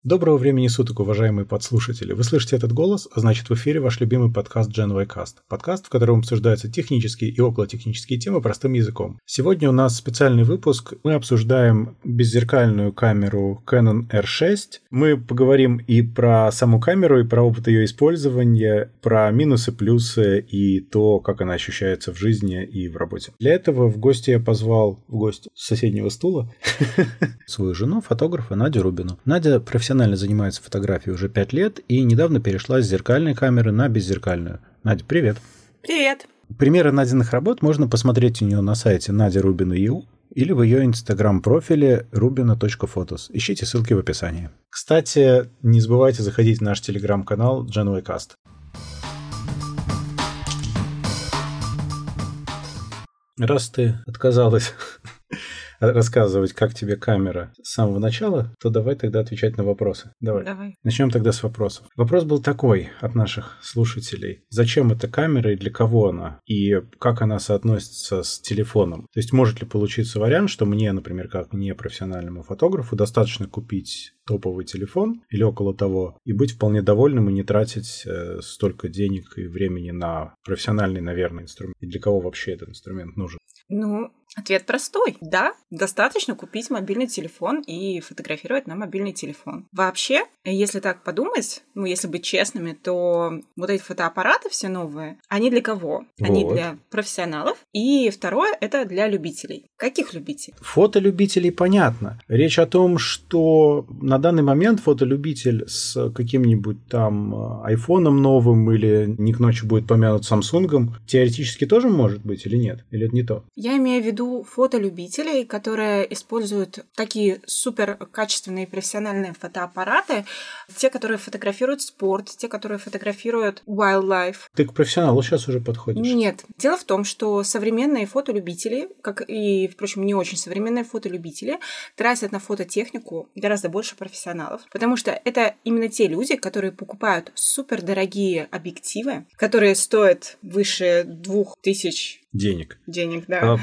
Доброго времени суток, уважаемые подслушатели. Вы слышите этот голос, а значит в эфире ваш любимый подкаст GenYcast. Подкаст, в котором обсуждаются технические и околотехнические темы простым языком. Сегодня у нас специальный выпуск. Мы обсуждаем беззеркальную камеру Canon R6. Мы поговорим и про саму камеру, и про опыт ее использования, про минусы, плюсы и то, как она ощущается в жизни и в работе. Для этого в гости я позвал с соседнего стула свою жену, фотографа Надю Рубину. Надя профессионально занимается фотографией уже 5 лет и недавно перешла с зеркальной камеры на беззеркальную. Надя, привет. Привет. Примеры Надиных работ можно посмотреть у нее на сайте nadirubina.eu или в ее инстаграм-профиле rubina.photos. Ищите ссылки в описании. Кстати, не забывайте заходить в наш телеграм-канал GenYcast. Раз ты отказалась рассказывать, как тебе камера с самого начала, то давай тогда отвечать на вопросы. Давай. Начнем тогда с вопросов. Вопрос был такой от наших слушателей. Зачем эта камера и для кого она? И как она соотносится с телефоном? То есть может ли получиться вариант, что мне, например, как непрофессиональному фотографу, достаточно купить топовый телефон или около того и быть вполне довольным и не тратить столько денег и времени на профессиональный, наверное, инструмент? И для кого вообще этот инструмент нужен? Ответ простой. Да, достаточно купить мобильный телефон и фотографировать на мобильный телефон. Вообще, если так подумать, если быть честными, то вот эти фотоаппараты все новые, они для кого? Они для профессионалов. И второе, это для любителей. Каких любителей? Фотолюбителей понятно. Речь о том, что на данный момент фотолюбитель с каким-нибудь там айфоном новым или не к ночи будет помянут Самсунгом, теоретически тоже может быть или нет? Или это не то? Я имею в виду фотолюбителей, которые используют такие супер качественные профессиональные фотоаппараты, те, которые фотографируют спорт, те, которые фотографируют wildlife. Ты к профессионалу сейчас уже подходишь? Нет. Дело в том, что современные фотолюбители, как и, впрочем, не очень современные фотолюбители, тратят на фототехнику гораздо больше профессионалов, потому что это именно те люди, которые покупают супердорогие объективы, которые стоят выше 2000 Денег, да.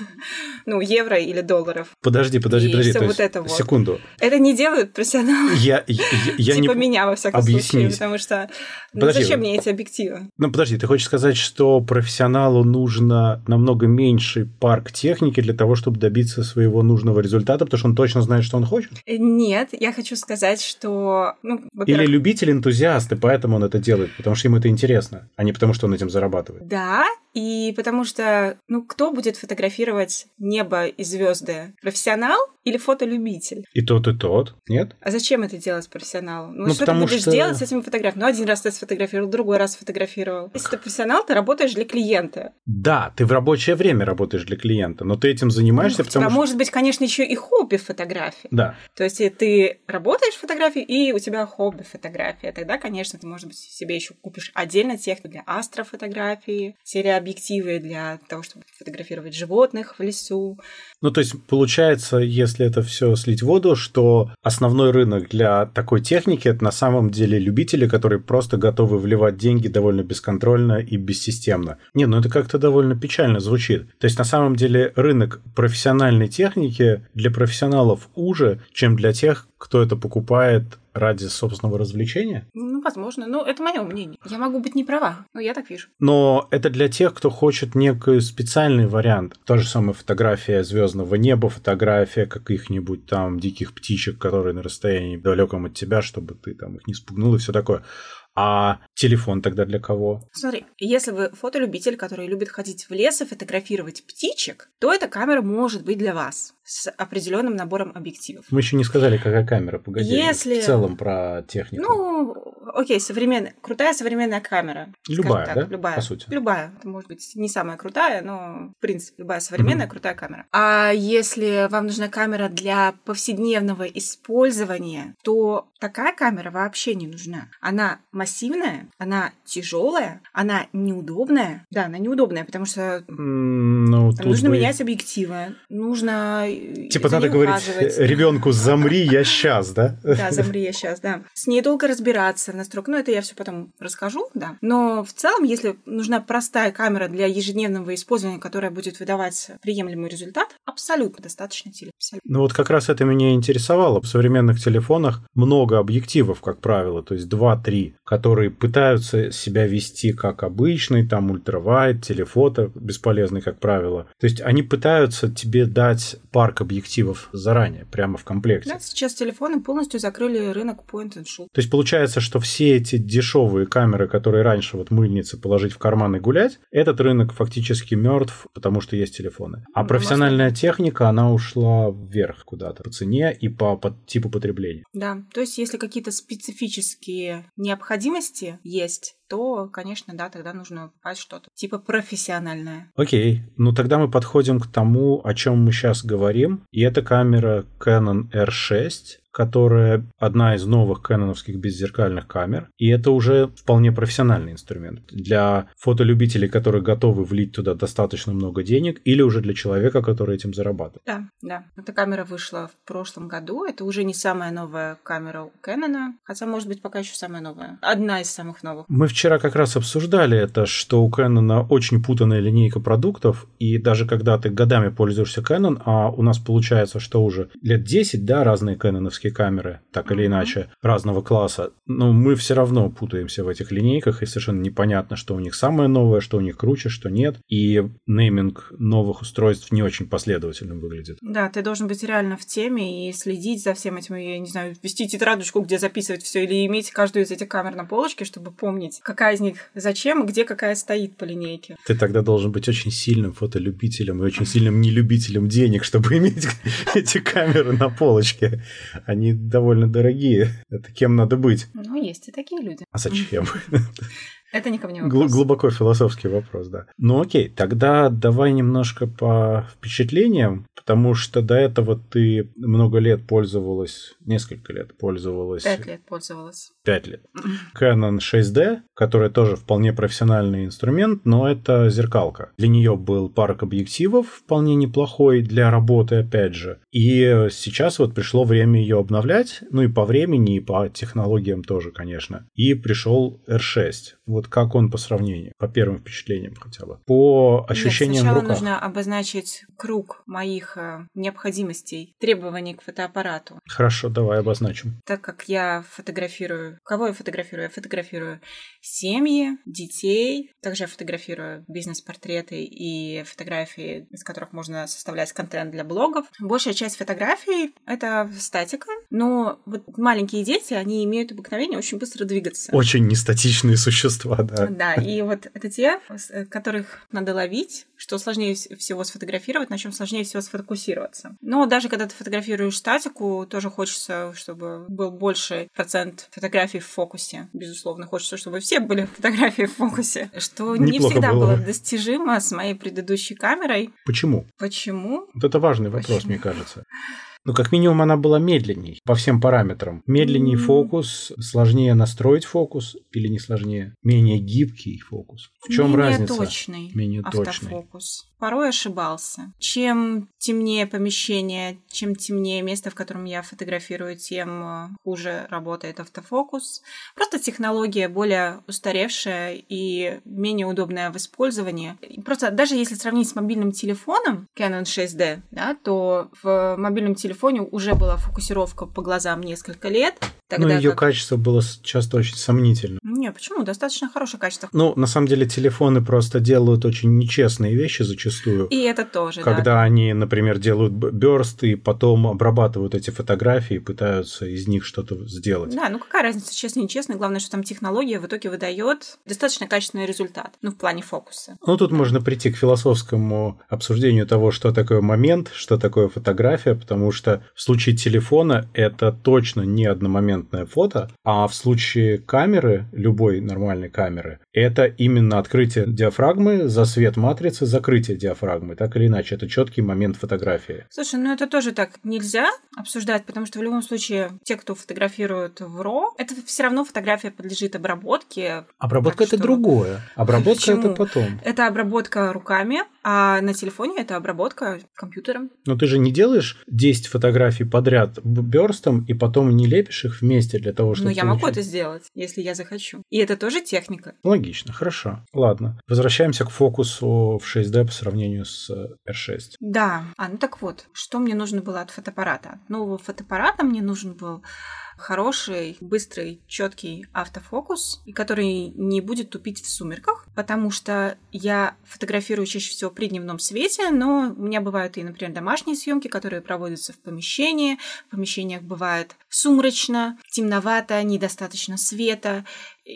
Евро или долларов. Подожди. Всё вот это вот. Секунду. Это не делают профессионалы. Я типа меня, во всяком случае. Потому что зачем мне эти объективы? Подожди, ты хочешь сказать, что профессионалу нужно намного меньший парк техники для того, чтобы добиться своего нужного результата, потому что он точно знает, что он хочет? Нет, я хочу сказать, что... Или любитель-энтузиаст, и поэтому он это делает, потому что ему это интересно, а не потому, что он этим зарабатывает. Да, и потому что, кто будет фотографировать небо и звезды? Профессионал или фотолюбитель? И тот, нет? А зачем это делать профессионалу? Что ты потому будешь делать с этими фотографиями? Один раз ты сфотографировал, другой раз сфотографировал. Если ты профессионал, ты работаешь для клиента. Да, ты в рабочее время работаешь для клиента, но ты этим занимаешься, потому что... может быть, конечно, еще и хобби фотографии. Да. То есть ты работаешь в фотографии, и у тебя хобби фотография. Тогда, конечно, ты, может быть, себе еще купишь отдельно технику для астрофотографии, телеобъективы для того, чтобы фотографировать животных в лесу. То есть, получается, если это все слить в воду, что основной рынок для такой техники – это на самом деле любители, которые просто готовы вливать деньги довольно бесконтрольно и бессистемно. Это как-то довольно печально звучит. То есть, на самом деле, рынок профессиональной техники для профессионалов уже, чем для тех, кто это покупает ради собственного развлечения? Возможно. Это мое мнение. Я могу быть не права, но я так вижу. Но это для тех, кто хочет некий специальный вариант. Та же самая фотография звездного неба, фотография каких-нибудь там диких птичек, которые на расстоянии далеком от тебя, чтобы ты там их не спугнул и все такое. А телефон тогда для кого? Смотри, если вы фотолюбитель, который любит ходить в лес и фотографировать птичек, то эта камера может быть для вас с определенным набором объективов. Мы еще не сказали, какая камера, погоди. В целом про технику. Окей, крутая современная камера. Любая, так, да? Любая. По сути. Любая. Это может быть не самая крутая, но, в принципе, любая современная крутая камера. А если вам нужна камера для повседневного использования, то такая камера вообще не нужна. Она массивная, она тяжелая, она неудобная. Да, она неудобная, потому что нужно менять объективы, нужно надо говорить ребенку «замри, я сейчас», да? Да, «замри, я сейчас», да. С ней долго разбираться, настройка. Это я все потом расскажу, да. Но в целом, если нужна простая камера для ежедневного использования, которая будет выдавать приемлемый результат, абсолютно достаточно телефона. Вот как раз это меня интересовало. В современных телефонах много объективов, как правило, то есть 2-3, которые пытаются себя вести как обычный, там ультравайд, телефото бесполезный, как правило. То есть они пытаются тебе дать парк объективов заранее, прямо в комплекте. Да, сейчас телефоны полностью закрыли рынок point and shoot. То есть получается, что все эти дешевые камеры, которые раньше мыльницы положить в карман и гулять, этот рынок фактически мертв, потому что есть телефоны. А профессиональная техника, она ушла вверх куда-то по цене и по типу потребления. Да, то есть если какие-то специфические необходимости есть, то, конечно, да, тогда нужно покупать что-то типа профессиональное. Окей, тогда мы подходим к тому, о чем мы сейчас говорим. И это камера Canon R6, которая одна из новых кэноновских беззеркальных камер. И это уже вполне профессиональный инструмент для фотолюбителей, которые готовы влить туда достаточно много денег, или уже для человека, который этим зарабатывает. Да. Эта камера вышла в прошлом году. Это уже не самая новая камера у Canon, хотя, может быть, пока еще самая новая. Одна из самых новых. Мы вчера как раз обсуждали это, что у Canon очень путанная линейка продуктов, и даже когда ты годами пользуешься Canon, а у нас получается, что уже лет 10, да, разные кэноновские камеры, так или иначе, разного класса, но мы все равно путаемся в этих линейках, и совершенно непонятно, что у них самое новое, что у них круче, что нет, и нейминг новых устройств не очень последовательным выглядит. Да, ты должен быть реально в теме и следить за всем этим, я не знаю, вести тетрадочку, где записывать все, или иметь каждую из этих камер на полочке, чтобы помнить, какая из них зачем и где какая стоит по линейке. Ты тогда должен быть очень сильным фотолюбителем и очень сильным нелюбителем денег, чтобы иметь эти камеры на полочке. Они довольно дорогие. Это кем надо быть? Есть и такие люди. А зачем? Это не ко мне вопрос. Глубоко философский вопрос, да. Окей, тогда давай немножко по впечатлениям, потому что до этого ты много лет пользовалась, несколько лет пользовалась. 5 лет пользовалась. 5 лет. Canon 6D, которая тоже вполне профессиональный инструмент, но это зеркалка. Для нее был парк объективов вполне неплохой для работы, опять же. И сейчас пришло время ее обновлять, и по времени, и по технологиям тоже, конечно. И пришел R6. Как он по сравнению? По первым впечатлениям хотя бы. По ощущениям в руках. Сначала нужно обозначить круг моих необходимостей, требований к фотоаппарату. Хорошо, давай обозначим. Так как я фотографирую... Кого я фотографирую? Я фотографирую семьи, детей. Также я фотографирую бизнес-портреты и фотографии, из которых можно составлять контент для блогов. Большая часть фотографий — это статика. Но маленькие дети, они имеют обыкновение очень быстро двигаться. Очень нестатичные существа, да. Да, и это те, которых надо ловить, что сложнее всего сфотографировать, на чем сложнее всего сфокусироваться. Но даже когда ты фотографируешь статику, тоже хочется, чтобы был больший процент фотографий в фокусе. Безусловно, хочется, чтобы все были фотографии в фокусе, что не всегда было достижимо с моей предыдущей камерой. Почему? Почему? Это важный вопрос, мне кажется. Как минимум, она была медленней по всем параметрам. Медленней фокус, сложнее настроить фокус или не сложнее? Менее гибкий фокус. В чем разница? Менее точный автофокус. Порой ошибался. Чем темнее помещение, чем темнее место, в котором я фотографирую, тем хуже работает автофокус. Просто технология более устаревшая и менее удобная в использовании. Просто даже если сравнить с мобильным телефоном Canon 6D, да, то в мобильном телефоне уже была фокусировка по глазам несколько лет. Тогда ее качество было часто очень сомнительно. Не, почему? Достаточно хорошее качество. На самом деле, телефоны просто делают очень нечестные вещи зачастую. И это тоже, когда они, например, делают бёрсты и потом обрабатывают эти фотографии и пытаются из них что-то сделать. Да, какая разница, честно и нечестно. Главное, что там технология в итоге выдает достаточно качественный результат. В плане фокуса. Тут можно прийти к философскому обсуждению того, что такое момент, что такое фотография, потому что в случае телефона это точно не одномоментное фото, а в случае камеры, любой нормальной камеры, это именно открытие диафрагмы, засвет матрицы, закрытие диафрагмы. Так или иначе, это четкий момент фотографии. Слушай, это тоже так нельзя обсуждать, потому что в любом случае те, кто фотографирует в RAW, это все равно фотография подлежит обработке. Обработка это другое. Обработка это потом. Это обработка руками, А на телефоне это обработка компьютером. Но ты же не делаешь 10 фотографий подряд бёрстом и потом не лепишь их вместе для того, чтобы Но я могу это сделать, если я захочу. И это тоже техника. Логично, хорошо. Ладно. Возвращаемся к фокусу в 6D по сравнению с R6. Да. Ну так вот, что мне нужно было от фотоаппарата? От нового фотоаппарата мне нужен был хороший, быстрый, четкий автофокус, который не будет тупить в сумерках, потому что я фотографирую чаще всего при дневном свете, но у меня бывают и, например, домашние съемки, которые проводятся в помещении. В помещениях бывает сумрачно, темновато, недостаточно света.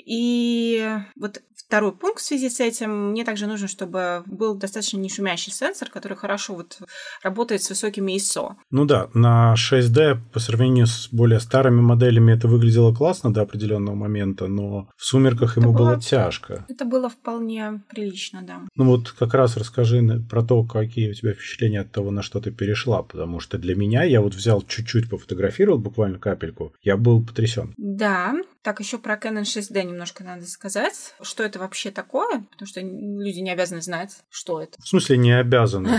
И вот второй пункт в связи с этим, мне также нужно, чтобы был достаточно нешумящий сенсор, который хорошо вот работает с высокими ISO. Ну да, на 6D по сравнению с более старыми моделями это выглядело классно до определенного момента, но в сумерках ему было тяжко. Это было вполне прилично, да. Ну вот как раз расскажи про то, какие у тебя впечатления от того, на что ты перешла, потому что для меня, я вот взял чуть-чуть пофотографировал, буквально капельку, я был потрясен. Да, так еще про Canon 6D немножко надо сказать, что это вообще такое, потому что люди не обязаны знать, что это. В смысле не обязаны?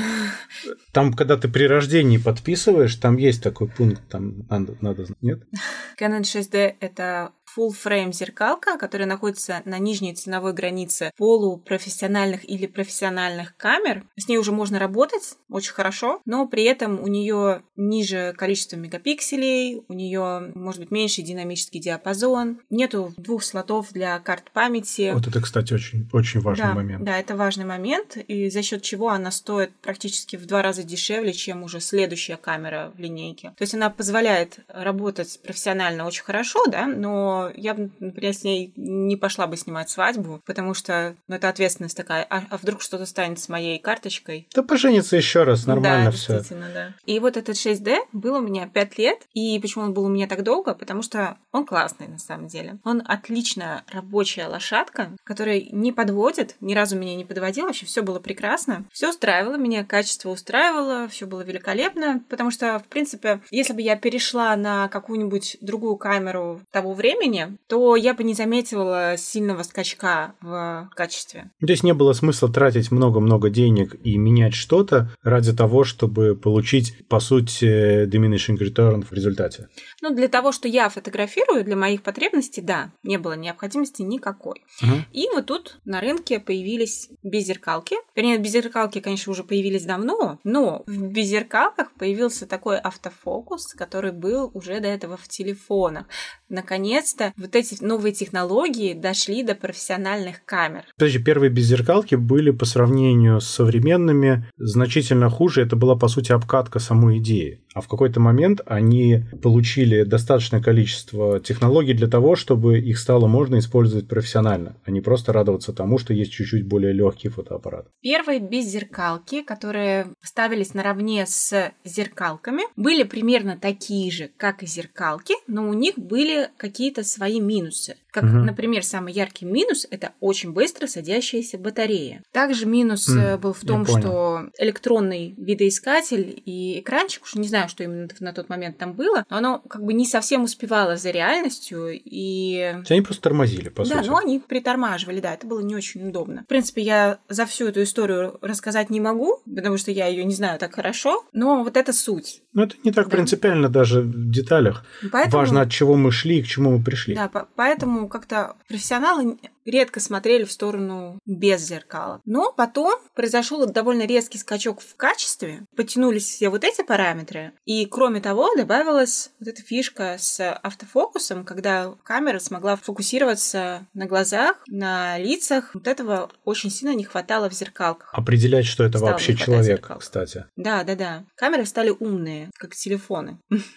Там, когда ты при рождении подписываешь, там есть такой пункт, там надо знать, нет? Canon 6D — это full-frame зеркалка, которая находится на нижней ценовой границе полупрофессиональных или профессиональных камер. С ней уже можно работать очень хорошо, но при этом у нее ниже количество мегапикселей, у нее может быть меньше динамический диапазон, нету 2 слотов для карт памяти. Вот это, кстати, очень, очень важный момент. Да, это важный момент, и за счет чего она стоит практически в 2 раза дешевле, чем уже следующая камера в линейке. То есть она позволяет работать профессионально очень хорошо, да, но я бы, например, с ней не пошла бы снимать свадьбу, потому что это ответственность такая. А вдруг что-то станет с моей карточкой? Да пожениться еще раз, нормально да, все. Действительно, да. И вот этот 6D был у меня 5 лет. И почему он был у меня так долго? Потому что он классный на самом деле. Он отличная рабочая лошадка, которая не подводит, ни разу меня не подводил, вообще все было прекрасно. Все устраивало меня, качество устраивало, все было великолепно, потому что, в принципе, если бы я перешла на какую-нибудь другую камеру того времени, то я бы не заметила сильного скачка в качестве. То есть не было смысла тратить много-много денег и менять что-то ради того, чтобы получить, по сути, diminishing return в результате? Ну, для того, что я фотографирую, для моих потребностей, да, не было необходимости никакой. И вот тут на рынке появились беззеркалки. Вернее, беззеркалки, конечно, уже появились давно, но в беззеркалках появился такой автофокус, который был уже до этого в телефонах. Наконец-то вот эти новые технологии дошли до профессиональных камер. Подожди, первые беззеркалки были по сравнению с современными значительно хуже. Это была, по сути, обкатка самой идеи. А в какой-то момент они получили достаточное количество технологий для того, чтобы их стало можно использовать профессионально, а не просто радоваться тому, что есть чуть-чуть более легкий фотоаппарат. Первые беззеркалки, которые ставились наравне с зеркалками, были примерно такие же, как и зеркалки, но у них были какие-то свои минусы. Как, например, самый яркий минус – это очень быстро садящаяся батарея. Также минус был в том, что электронный видоискатель и экранчик, уж не знаю, что именно на тот момент там было, но оно как бы не совсем успевало за реальностью. И они просто тормозили, по сути. Да, но они притормаживали, да, это было не очень удобно. В принципе, я за всю эту историю рассказать не могу, потому что я ее не знаю так хорошо, но вот это суть. Но это не так принципиально даже в деталях. Важно, от чего мы шли и к чему мы пришли. Да, поэтому как-то профессионалы редко смотрели в сторону без зеркала. Но потом произошел довольно резкий скачок в качестве, потянулись все вот эти параметры, и кроме того добавилась вот эта фишка с автофокусом, когда камера смогла фокусироваться на глазах, на лицах. Вот этого очень сильно не хватало в зеркалках. Определять, что это вообще человек, кстати. Да. Камеры стали умные, как телефоны.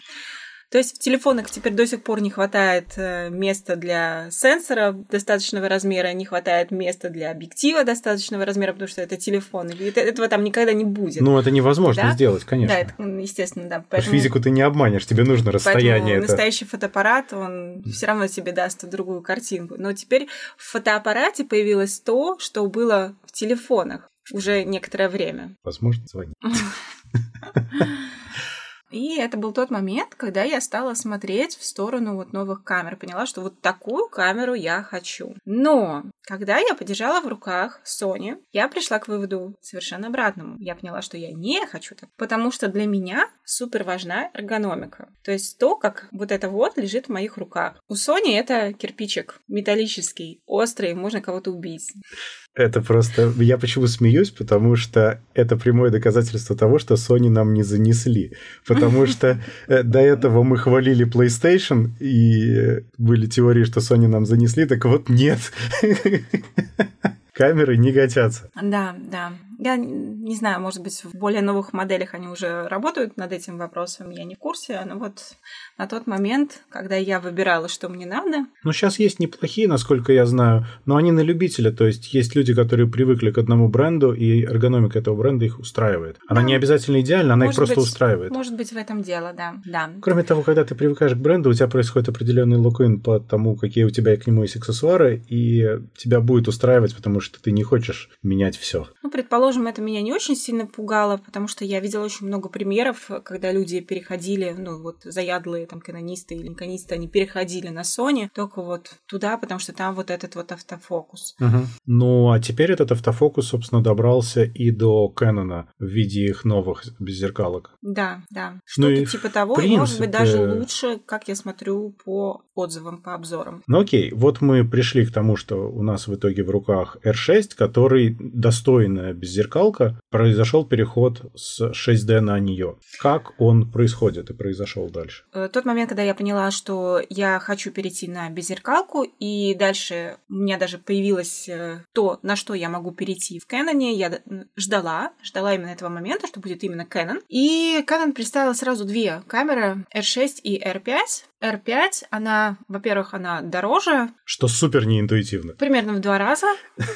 То есть в телефонах теперь до сих пор не хватает места для сенсора достаточного размера, не хватает места для объектива достаточного размера, потому что это телефон. И этого там никогда не будет. Ну, это невозможно сделать, конечно. Да, это, естественно, да. Поэтому физику ты не обманешь, тебе нужно расстояние. Поэтому настоящий фотоаппарат, он все равно тебе даст другую картинку. Но теперь в фотоаппарате появилось то, что было в телефонах уже некоторое время. Возможно, звонить. И это был тот момент, когда я стала смотреть в сторону вот новых камер. Поняла, что вот такую камеру я хочу. Но когда я подержала в руках Sony, я пришла к выводу совершенно обратному. Я поняла, что я не хочу так, потому что для меня супер важна эргономика. То есть то, как вот это вот лежит в моих руках. У Sony это кирпичик металлический, острый, можно кого-то убить. Это просто... Я почему смеюсь, потому что это прямое доказательство того, что Sony нам не занесли. Потому что до этого мы хвалили PlayStation, и были теории, что Sony нам занесли, так вот нет. Камеры не годятся. Да. Я не знаю, может быть, в более новых моделях они уже работают над этим вопросом, я не в курсе, но вот на тот момент, когда я выбирала, что мне надо... Ну, сейчас есть неплохие, насколько я знаю, но они на любителя, то есть есть люди, которые привыкли к одному бренду, и эргономика этого бренда их устраивает. Она не обязательно идеальна, она их просто устраивает. Может быть, в этом дело, да. Кроме того, когда ты привыкаешь к бренду, у тебя происходит определенный лок-ин по тому, какие у тебя к нему есть аксессуары, и тебя будет устраивать, потому что ты не хочешь менять все. Ну, предположим, это меня не очень сильно пугало, потому что я видела очень много примеров, когда люди переходили, ну, вот заядлые там канонисты или никонисты, они переходили на Sony только вот туда, потому что там вот этот вот автофокус. Ну, а теперь этот автофокус, собственно, добрался и до Canon в виде их новых беззеркалок. Да. Что-то типа того, и, может быть, даже лучше, как я смотрю по отзывам, по обзорам. Ну, окей, вот мы пришли к тому, что у нас в итоге в руках R6, который достойная беззеркалка. Произошел переход с 6D на нее. Как он происходит и произошел дальше? Тот момент, когда я поняла, что я хочу перейти на беззеркалку, и дальше у меня даже появилось то, на что я могу перейти в Canon, я ждала именно этого момента, что будет именно Canon. И Canon представила сразу две камеры, R6 и R5. R5, она, во-первых, она дороже. Что супер неинтуитивно. Примерно в 2 раза.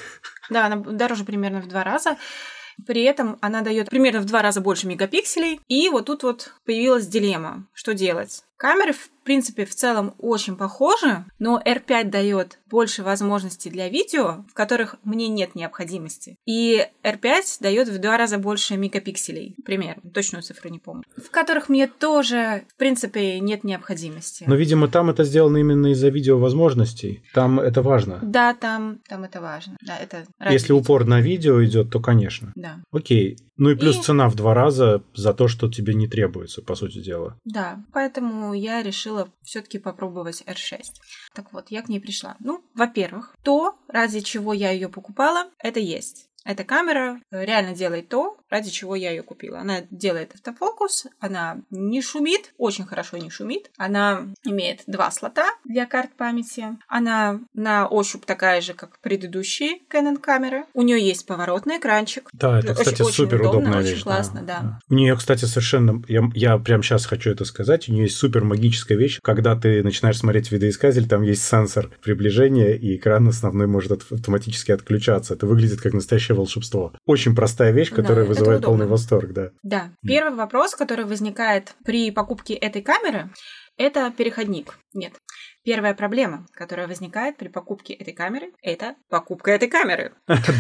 Да, она дороже примерно в 2 раза. При этом она дает примерно в 2 раза больше мегапикселей. И вот тут вот появилась дилемма. Что делать? Камеры, в принципе, в целом очень похожи, но R5 дает больше возможностей для видео, в которых мне нет необходимости. И R5 дает в 2 раза больше мегапикселей, примерно, точную цифру не помню, в которых мне тоже, в принципе, нет необходимости. Но, видимо, там это сделано именно из-за видеовозможностей. Там это важно. Да, там это важно. Да, это если упор на видео идет, то, конечно. Да. Окей. Ну и плюс цена в 2 раза за то, что тебе не требуется, по сути дела. Да, поэтому я решила все-таки попробовать R6. Так вот, я к ней пришла. Ну, во-первых, то, ради чего я ее покупала, это есть. Эта камера реально делает то, ради чего я ее купила. Она делает автофокус, она не шумит, очень хорошо не шумит. Она имеет 2 слота для карт памяти. Она на ощупь такая же, как предыдущие Canon камеры. У нее есть поворотный экранчик. Да, это, кстати, супер удобная вещь. Очень классно, да. У нее, кстати, совершенно... Я прямо сейчас хочу это сказать. У нее есть супер магическая вещь. Когда ты начинаешь смотреть видоискатель, там есть сенсор приближения, и экран основной может автоматически отключаться. Это выглядит как настоящее волшебство. Очень простая вещь, которая вызывает полный восторг, да. Да. Первый вопрос, который возникает при покупке этой камеры, это переходник. Нет. Первая проблема, которая возникает при покупке этой камеры, это покупка этой камеры.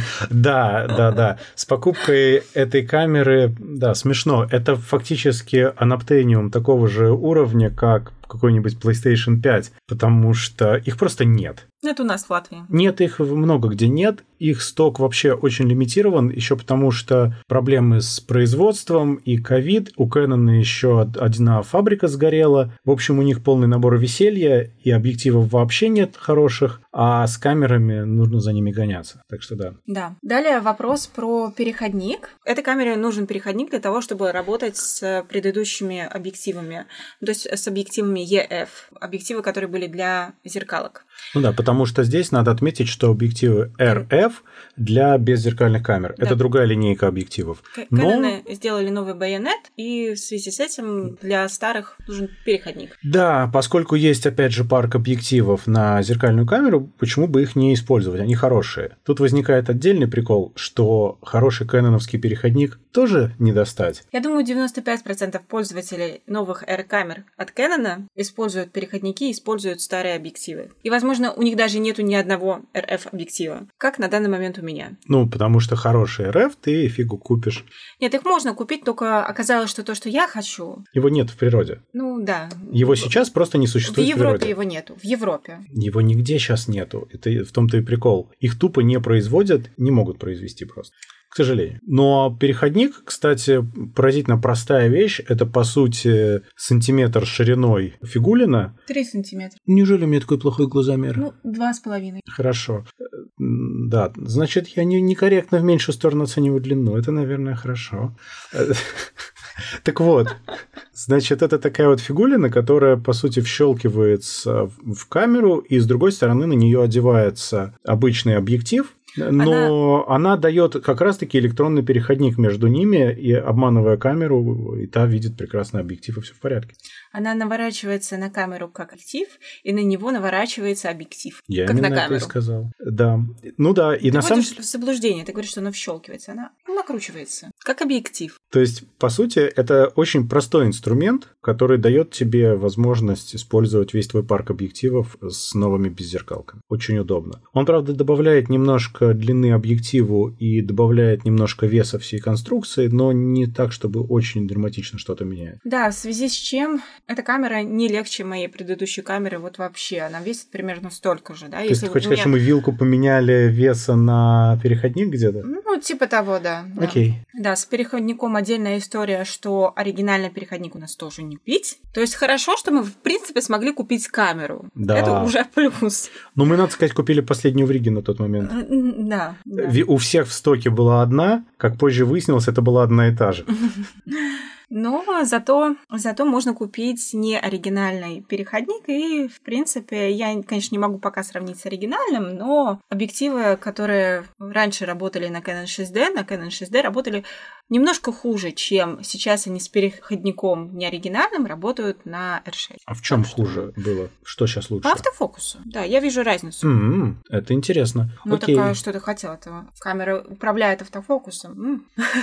Да. С покупкой этой камеры, да, смешно. Это фактически анаптениум такого же уровня, как какой-нибудь PlayStation 5, потому что их просто нет. Это у нас в Латвии. Нет, их много где нет. Их сток вообще очень лимитирован, еще потому что проблемы с производством и ковид. У Canon еще одна фабрика сгорела. В общем, у них полный набор веселья, и объективов вообще нет хороших, а с камерами нужно за ними гоняться. Так что да. Да. Далее вопрос про переходник. Этой камере нужен переходник для того, чтобы работать с предыдущими объективами. То есть с объективами EF. Объективы, которые были для зеркалок. Ну да, потому что здесь надо отметить, что объективы RF для беззеркальных камер. Да. Это другая линейка объективов. Canon сделали новый байонет, и в связи с этим для старых нужен переходник. Да, поскольку есть, опять же, парк объективов на зеркальную камеру, почему бы их не использовать? Они хорошие. Тут возникает отдельный прикол, что хороший кэноновский переходник тоже не достать. Я думаю, 95% пользователей новых R-камер от Canon используют переходники, используют старые объективы. И, возможно, у них даже нету ни одного RF-объектива, как на данный момент у меня. Ну, потому что хороший RF ты фигу купишь. Нет, их можно купить, только оказалось, что то, что я хочу... Его нет в природе. Ну, да. Его сейчас просто не существует в природе. В Европе его нету. В Европе. Его нигде сейчас нету. Это в том-то и прикол. Их тупо не производят, не могут произвести просто. К сожалению. Но переходник, кстати, поразительно простая вещь. Это, по сути, сантиметр шириной фигулина. 3 сантиметра. Неужели у меня такой плохой глазомер? Ну, 2,5. Хорошо. Да, значит, я некорректно в меньшую сторону оцениваю длину. Это, наверное, хорошо. Так вот, значит, это такая вот фигулина, которая, по сути, вщелкивается в камеру, и с другой стороны на нее одевается обычный объектив, но она дает как раз-таки электронный переходник между ними, и обманывая камеру, и та видит прекрасный объектив, и все в порядке. Она наворачивается на камеру как объектив, и на него наворачивается объектив. Я как именно на камеру. Это и сказал. Да. Ну да, и ты на самом деле... в заблуждение, ты говоришь, что она вщелкивается, она накручивается, как объектив. То есть, по сути, это очень простой инструмент, который дает тебе возможность использовать весь твой парк объективов с новыми беззеркалками. Очень удобно. Он, правда, добавляет немножко длины объективу и добавляет немножко веса всей конструкции, но не так, чтобы очень драматично что-то меняет. Да, в связи с чем эта камера не легче моей предыдущей камеры вот вообще. Она весит примерно столько же, да? То есть ты хочешь сказать, что мы вилку поменяли веса на переходник где-то? Ну, типа того, да. Окей. Да, с переходником отдельная история, что оригинальный переходник у нас тоже не купить. То есть хорошо, что мы, в принципе, смогли купить камеру. Да. Это уже плюс. Ну, мы, надо сказать, купили последнюю в Риге на тот момент. Да. У всех в стоке была одна, как позже выяснилось, это была одна и та же. Но зато можно купить не оригинальный переходник, и, в принципе, я, конечно, не могу пока сравнить с оригинальным, но объективы, которые раньше работали на Canon 6D, работали немножко хуже, чем сейчас они с переходником неоригинальным работают на R6. А в чем хуже было? Что сейчас лучше? По автофокусу. Да, я вижу разницу. Это интересно. Ну, окей. такая, что ты хотела этого? Камера управляет автофокусом.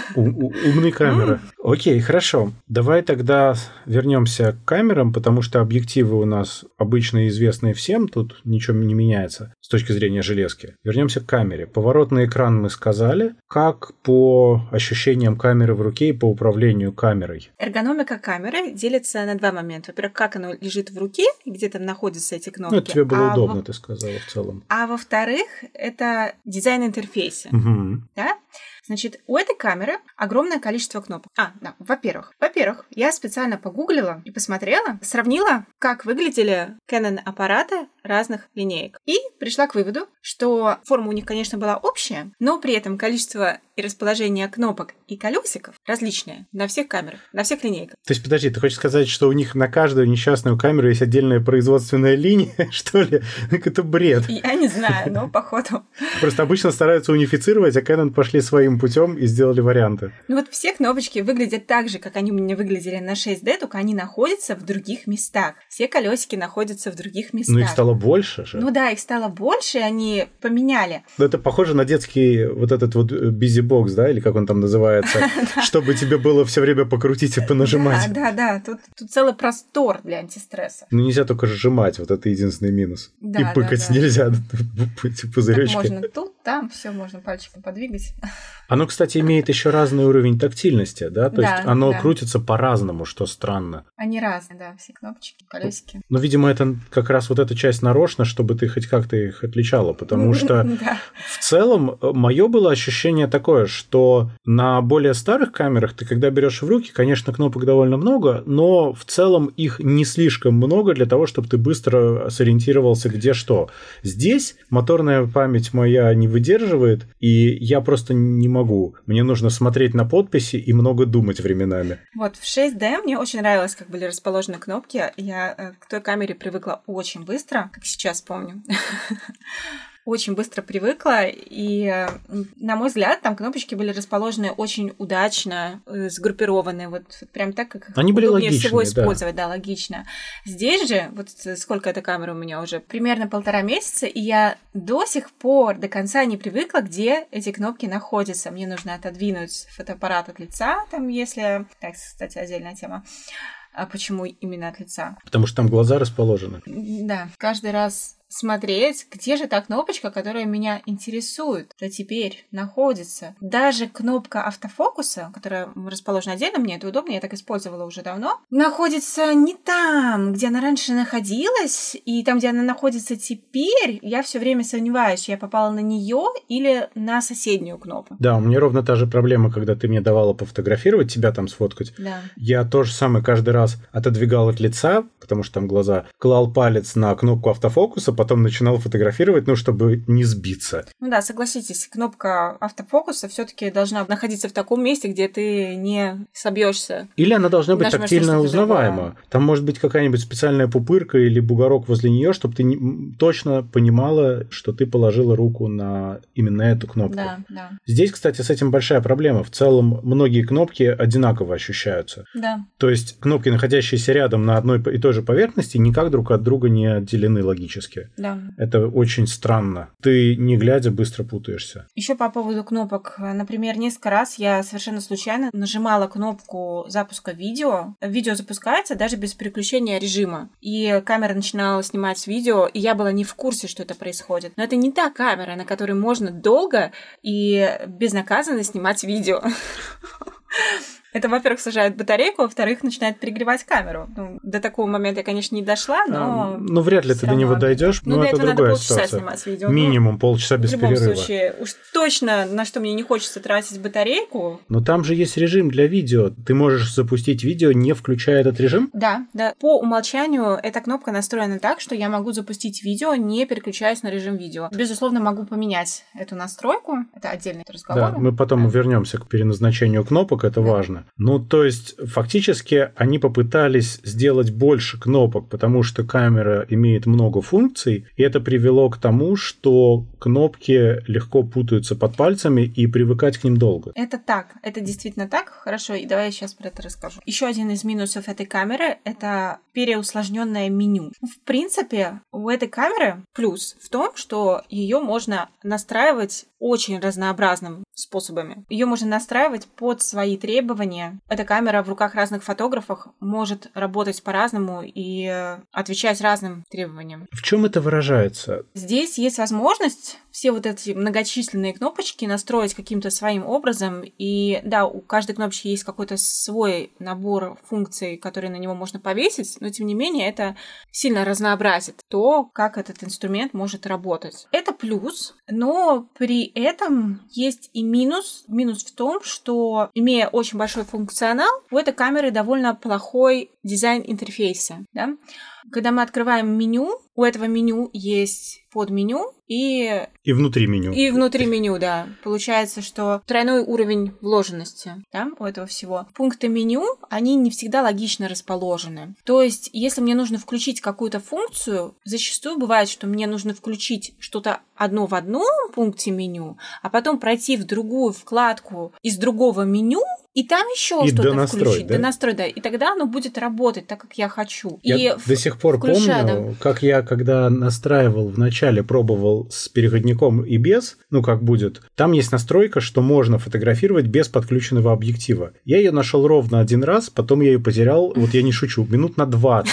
Умные камеры. Окей, хорошо. Давай тогда вернемся к камерам, потому что объективы у нас обычно известные всем, тут ничего не меняется с точки зрения железки. Вернемся к камере. Поворотный экран мы сказали. Как по ощущениям камеры в руке и по управлению камерой? Эргономика камеры делится на два момента. Во-первых, как оно лежит в руке, и где там находятся эти кнопки. Ну, это тебе было удобно, ты сказала в целом. А во-вторых, это дизайн интерфейса. Да? Значит, у этой камеры огромное количество кнопок. Да, во-первых, я специально погуглила и посмотрела, сравнила, как выглядели Canon аппараты разных линеек. И пришла к выводу, что форма у них, конечно, была общая, но при этом количество и расположение кнопок и колесиков различные на всех камерах, на всех линейках. То есть, подожди, ты хочешь сказать, что у них на каждую несчастную камеру есть отдельная производственная линия, что ли? Это бред. Я не знаю, но походу. Просто обычно стараются унифицировать, а Canon пошли своим путем и сделали варианты. Ну вот все кнопочки выглядят так же, как они у меня выглядели на 6D, только они находятся в других местах. Все колесики находятся в других местах. Ну их стало больше же. Ну да, их стало больше, они поменяли. Ну это похоже на детский вот этот вот busy-box, да, или как он там называется, чтобы тебе было все время покрутить и понажимать. Да, тут целый простор для антистресса. Ну нельзя только сжимать, вот это единственный минус. И пыкать нельзя, пузырёчки. Можно тут, там, все можно пальчиком подвигать. Оно, кстати, имеет еще разный уровень тактильности, да? То есть оно крутится по-разному, что странно. Они разные, да, все кнопочки, колесики. Ну, видимо, это как раз вот эта часть нарочно, чтобы ты хоть как-то их отличала, потому что в целом мое было ощущение такое, что на более старых камерах ты, когда берешь в руки, конечно, кнопок довольно много, но в целом их не слишком много для того, чтобы ты быстро сориентировался, где что. Здесь моторная память моя не выдерживает, и я просто не могу. Мне нужно смотреть на подписи и много думать временами. Вот в 6D мне очень нравилось, как были расположены кнопки. Я к той камере привыкла очень быстро, как сейчас помню. очень быстро привыкла, и, на мой взгляд, там кнопочки были расположены очень удачно, сгруппированы, вот прям так, как их они были удобнее логичные, всего использовать, да, логично. Здесь же, вот сколько эта камера у меня уже, примерно 1,5 месяца, и я до сих пор до конца не привыкла, где эти кнопки находятся. Мне нужно отодвинуть фотоаппарат от лица, там, если... Так, кстати, отдельная тема. А почему именно от лица? Потому что там глаза расположены. Да, каждый раз смотреть, где же та кнопочка, которая меня интересует, а теперь находится. Даже кнопка автофокуса, которая расположена отдельно, мне это удобно, я так использовала уже давно, находится не там, где она раньше находилась, и там, где она находится теперь, я все время сомневаюсь, я попала на нее или на соседнюю кнопку. Да, у меня ровно та же проблема, когда ты мне давала пофотографировать, тебя там сфоткать. Да. Я то же самое каждый раз отодвигал от лица, потому что там глаза, клал палец на кнопку автофокуса, потом начинал фотографировать, чтобы не сбиться. Ну да, согласитесь, кнопка автофокуса все-таки должна находиться в таком месте, где ты не собьешься. Или она должна быть тактильно узнаваема. Другое. Там может быть какая-нибудь специальная пупырка или бугорок возле нее, чтобы ты точно понимала, что ты положила руку на именно эту кнопку. Да. Здесь, кстати, с этим большая проблема. В целом, многие кнопки одинаково ощущаются. Да. То есть кнопки, находящиеся рядом на одной и той же поверхности, никак друг от друга не отделены логически. Да. Это очень странно. Ты, не глядя, быстро путаешься. Еще по поводу кнопок. Например, несколько раз я совершенно случайно нажимала кнопку запуска видео. Видео запускается даже без переключения режима. И камера начинала снимать видео, и я была не в курсе, что это происходит. Но это не та камера, на которой можно долго и безнаказанно снимать видео. Это, во-первых, сажает батарейку, во-вторых, начинает перегревать камеру. До такого момента я, конечно, не дошла, но... Ну, вряд ли ты до него дойдешь, но для это этого другая надо полчаса ситуация. снимать видео. Минимум полчаса без перерыва. В любом случае, уж точно, на что мне не хочется тратить батарейку. Но там же есть режим для видео. Ты можешь запустить видео, не включая этот режим? Да. По умолчанию эта кнопка настроена так, что я могу запустить видео, не переключаясь на режим видео. Безусловно, могу поменять эту настройку. Это отдельный разговор. Да, мы потом вернемся к переназначению кнопок, это важно. Ну, то есть, фактически, они попытались сделать больше кнопок, потому что камера имеет много функций, и это привело к тому, что кнопки легко путаются под пальцами и привыкать к ним долго. Это так, это действительно так. Хорошо, и давай я сейчас про это расскажу. Еще один из минусов этой камеры — это переусложненное меню. В принципе, у этой камеры плюс в том, что ее можно настраивать очень разнообразным способами. Ее можно настраивать под свои требования. Эта камера в руках разных фотографов может работать по-разному и отвечать разным требованиям. В чем это выражается? Здесь есть возможность все вот эти многочисленные кнопочки настроить каким-то своим образом. И да, у каждой кнопочки есть какой-то свой набор функций, которые на него можно повесить, но тем не менее это сильно разнообразит то, как этот инструмент может работать. Это плюс, но при этом есть и минус. Минус в том, что, имея очень большой функционал, у этой камеры довольно плохой дизайн интерфейса. Да? Когда мы открываем меню, у этого меню есть подменю и внутри меню. И внутри меню, да. Получается, что тройной уровень вложенности, да, у этого всего. Пункты меню, они не всегда логично расположены. То есть, если мне нужно включить какую-то функцию, зачастую бывает, что мне нужно включить что-то одно в одном пункте меню, а потом пройти в другую вкладку из другого меню, и там еще что-то включить. Да? Донастроить, да. И тогда оно будет работать так, как я хочу. Я до сих пор помню, как я, когда настраивал вначале, пробовал с переходником и без, как будет, там есть настройка, что можно фотографировать без подключенного объектива. Я ее нашел ровно один раз, потом я ее потерял, я не шучу, минут на 20.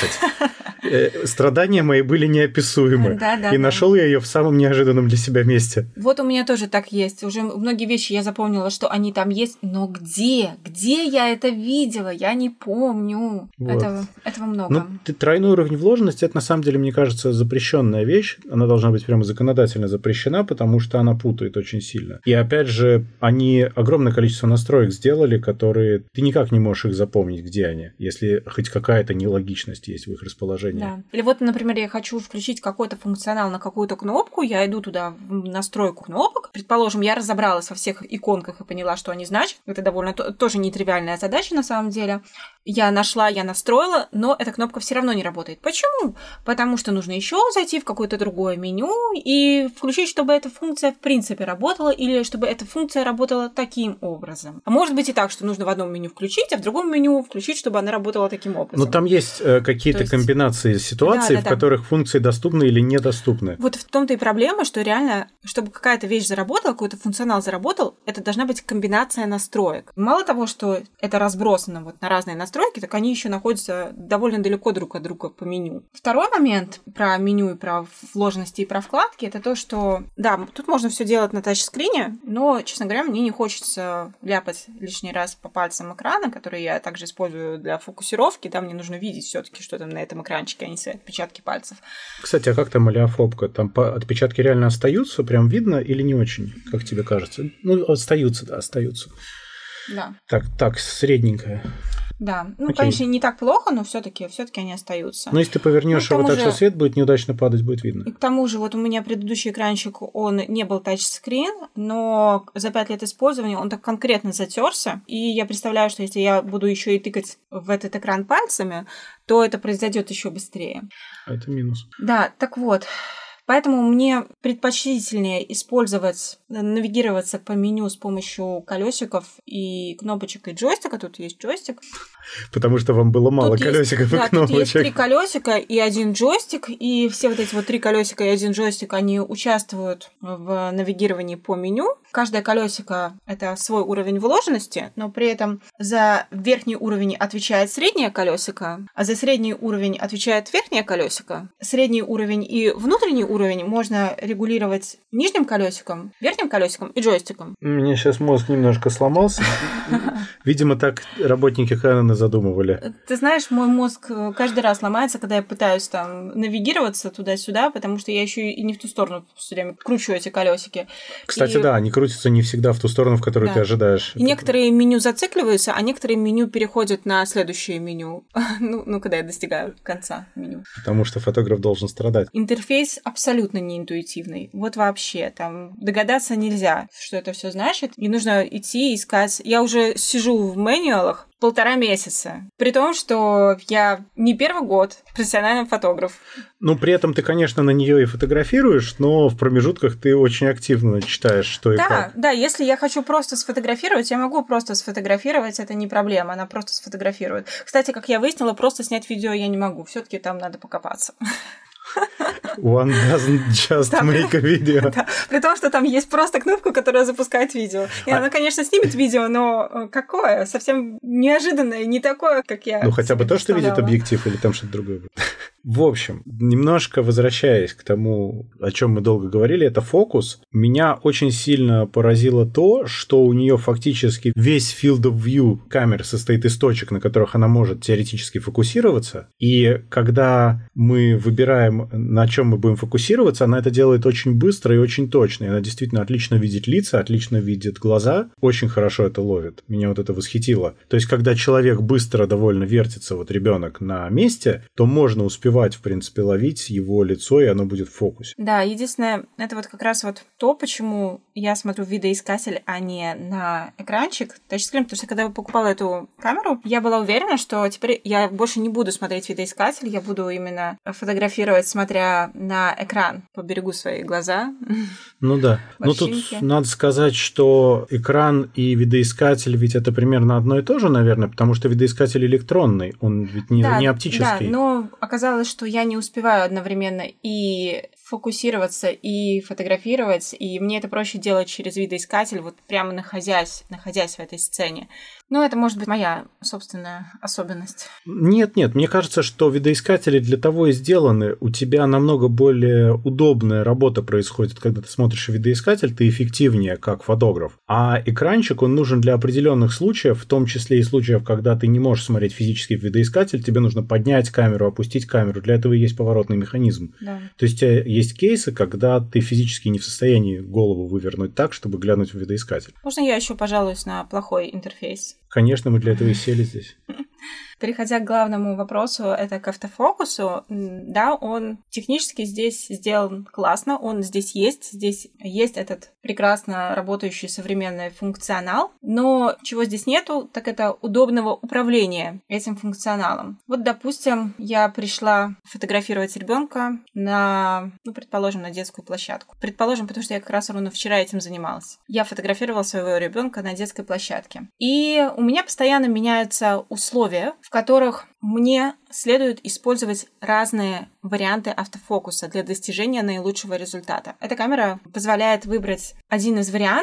Страдания мои были неописуемы. И нашел я ее в самом неожиданном для себя месте. Вот у меня тоже так есть. Уже многие вещи я запомнила, что они там есть, но где? Где я это видела? Я не помню. Вот. Этого много. Тройной уровень вложенности — это на самом деле, мне кажется, запрещенная вещь. Она должна быть прямо законодательно запрещена, потому что она путает очень сильно. И опять же, они огромное количество настроек сделали, которые ты никак не можешь их запомнить, где они, если хоть какая-то нелогичность есть в их расположении. Да. Или например, я хочу включить какой-то функционал на какую-то кнопку, я иду туда в настройку кнопок. Предположим, я разобралась во всех иконках и поняла, что они значат. Это довольно тоже нетривиальная задача на самом деле. я нашла, я настроила, но эта кнопка все равно не работает. Почему? Потому что нужно еще зайти в какое-то другое меню и включить, чтобы эта функция в принципе работала, или чтобы эта функция работала таким образом. А может быть и так, что нужно в одном меню включить, а в другом меню включить, чтобы она работала таким образом. Но там есть какие-то комбинации ситуаций, в которых функции доступны или недоступны. Вот в том-то и проблема, что реально, чтобы какая-то вещь заработала, какой-то функционал заработал, это должна быть комбинация настроек. Мало того, что это разбросано вот на разные настройки, так они еще находятся довольно далеко друг от друга по меню. Второй момент про меню и про вложенности и про вкладки, это то, что, да, тут можно все делать на тачскрине, но, честно говоря, мне не хочется ляпать лишний раз по пальцам экрана, который я также использую для фокусировки, там мне нужно видеть все-таки, что там на этом экранчике, а не свои отпечатки пальцев. Кстати, а как там олеофобка? Там отпечатки реально остаются, прям видно или не очень, как тебе кажется? Ну, остаются, да, остаются. Да. Так, средненькая. Да, ну, конечно, не так плохо, но все-таки они остаются. Но если ты повернешь его так, что свет будет неудачно падать, будет видно. И к тому же, вот у меня предыдущий экранчик, он не был тачскрин, но за 5 лет использования он так конкретно затерся. И я представляю, что если я буду еще и тыкать в этот экран пальцами, то это произойдет еще быстрее. А это минус. Да, так вот. Поэтому мне предпочтительнее использовать, навигироваться по меню с помощью колесиков и кнопочек и джойстика. Тут есть джойстик. Потому что вам было мало колесиков и кнопочек. Тут есть 3 колесика и 1 джойстик, и все вот эти вот 3 колесика и 1 джойстик, они участвуют в навигировании по меню. Каждое колесико — это свой уровень вложенности, но при этом за верхний уровень отвечает среднее колесико, а за средний уровень отвечает верхнее колесико. Средний уровень и внутренний уровень можно регулировать нижним колесиком, верхним колесиком и джойстиком. У меня сейчас мозг немножко сломался. Видимо, так работники Canon задумывали. Ты знаешь, мой мозг каждый раз ломается, когда я пытаюсь там навигироваться туда-сюда, потому что я еще и не в ту сторону все время кручу эти колесики. Кстати, да, они крутятся не всегда в ту сторону, в которую ты ожидаешь. И некоторые меню зацикливаются, а некоторые меню переходят на следующее меню. Когда я достигаю конца меню. Потому что фотограф должен страдать. Интерфейс абсолютно неинтуитивный. Вот вообще, там догадаться нельзя, что это все значит. И нужно идти искать. Я уже сижу в мануалах 1,5 месяца. При том, что я не первый год профессиональный фотограф. Ну, при этом ты, конечно, на нее и фотографируешь, но в промежутках ты очень активно читаешь, что и как. Да, если я хочу просто сфотографировать, я могу просто сфотографировать, это не проблема, она просто сфотографирует. Кстати, как я выяснила, просто снять видео я не могу, все-таки там надо покопаться. One doesn't just make a video. Да, при том, что там есть просто кнопка, которая запускает видео. И она, конечно, снимет видео, но какое? Совсем неожиданное, не такое, как я. Ну, хотя бы то, что видит объектив, или там что-то другое. В общем, немножко возвращаясь к тому, о чем мы долго говорили, это фокус. Меня очень сильно поразило то, что у нее фактически весь field of view камеры состоит из точек, на которых она может теоретически фокусироваться. И когда мы выбираем, на чем мы будем фокусироваться, она это делает очень быстро и очень точно. И она действительно отлично видит лица, отлично видит глаза, очень хорошо это ловит. Меня вот это восхитило. То есть, когда человек быстро довольно вертится, вот ребенок на месте, то можно успевать, в принципе, ловить его лицо, и оно будет в фокусе. Да, единственное, это вот как раз вот то, почему я смотрю в видоискатель, а не на экранчик тачскрин, потому что когда я покупала эту камеру, я была уверена, что теперь я больше не буду смотреть видоискатель, я буду именно фотографировать, смотря на экран, поберегу свои глаза. Ну да. Ну тут надо сказать, что экран и видоискатель ведь это примерно одно и то же, наверное, потому что видоискатель электронный, он ведь не оптический. Да, но оказалось, что я не успеваю одновременно и фокусироваться, и фотографировать, и мне это проще делать через видоискатель, вот прямо находясь в этой сцене. Ну, это может быть моя собственная особенность. Нет, мне кажется, что видоискатели для того и сделаны. У тебя намного более удобная работа происходит, когда ты смотришь видоискатель, ты эффективнее как фотограф. А экранчик, он нужен для определенных случаев, в том числе и случаев, когда ты не можешь смотреть физически в видоискатель, тебе нужно поднять камеру, опустить камеру. Для этого и есть поворотный механизм. Да. То есть у тебя есть кейсы, когда ты физически не в состоянии голову вывернуть так, чтобы глянуть в видоискатель. Можно я еще пожалуюсь на плохой интерфейс? Конечно, мы для этого и сели здесь. Переходя к главному вопросу, это к автофокусу. Да, он технически здесь сделан классно, он здесь есть этот прекрасно работающий современный функционал, но чего здесь нету, так это удобного управления этим функционалом. Вот, допустим, я пришла фотографировать ребенка предположим, на детскую площадку. Предположим, потому что я как раз ровно вчера этим занималась. Я фотографировала своего ребенка на детской площадке. И у меня постоянно меняются условия, в которых мне следует использовать разные варианты автофокуса для достижения наилучшего результата. Эта камера позволяет выбрать один из 4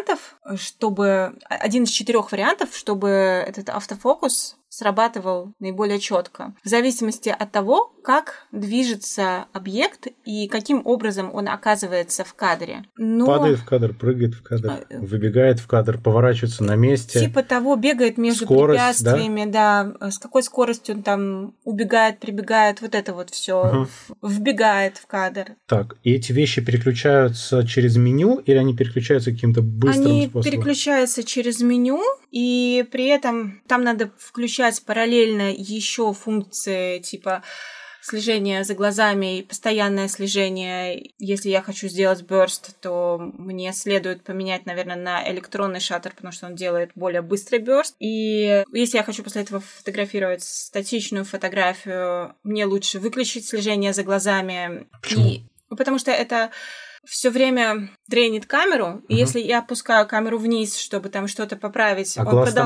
вариантов, чтобы этот автофокус срабатывал наиболее четко. В зависимости от того, как движется объект и каким образом он оказывается в кадре. Падает в кадр, прыгает в кадр, выбегает в кадр, поворачивается на месте. Типа того, бегает между препятствиями, да, с какой скоростью он там убегает, прибегает, вот это вот все вбегает в кадр. Так, и эти вещи переключаются через меню или они переключаются каким-то быстрым способом? Они переключаются через меню, и при этом там надо включать параллельно еще функции типа слежение за глазами и постоянное слежение. Если я хочу сделать burst, то мне следует поменять, наверное, на электронный шаттер, потому что он делает более быстрый burst. И если я хочу после этого фотографировать статичную фотографию, мне лучше выключить слежение за глазами. Почему? Потому что это все время дрейнит камеру, и если я опускаю камеру вниз, чтобы там что-то поправить, он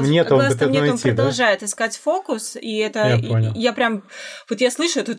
продолжает искать фокус, и это я слышу это,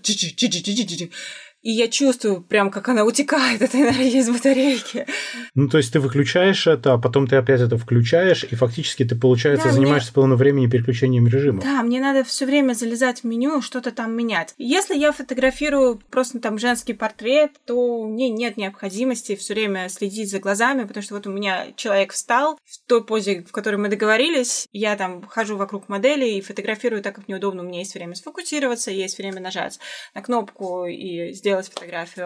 и я чувствую прям, как она утекает, эта энергия из батарейки. Ну, то есть ты выключаешь это, а потом ты опять это включаешь, и фактически ты, получается, занимаешься половину времени переключением режима. Да, мне надо все время залезать в меню, что-то там менять. Если я фотографирую просто там женский портрет, то мне нет необходимости все время следить за глазами, потому что вот у меня человек встал в той позе, в которой мы договорились, я там хожу вокруг модели и фотографирую так, как мне удобно. У меня есть время сфокусироваться, есть время нажать на кнопку и сделать фотографию.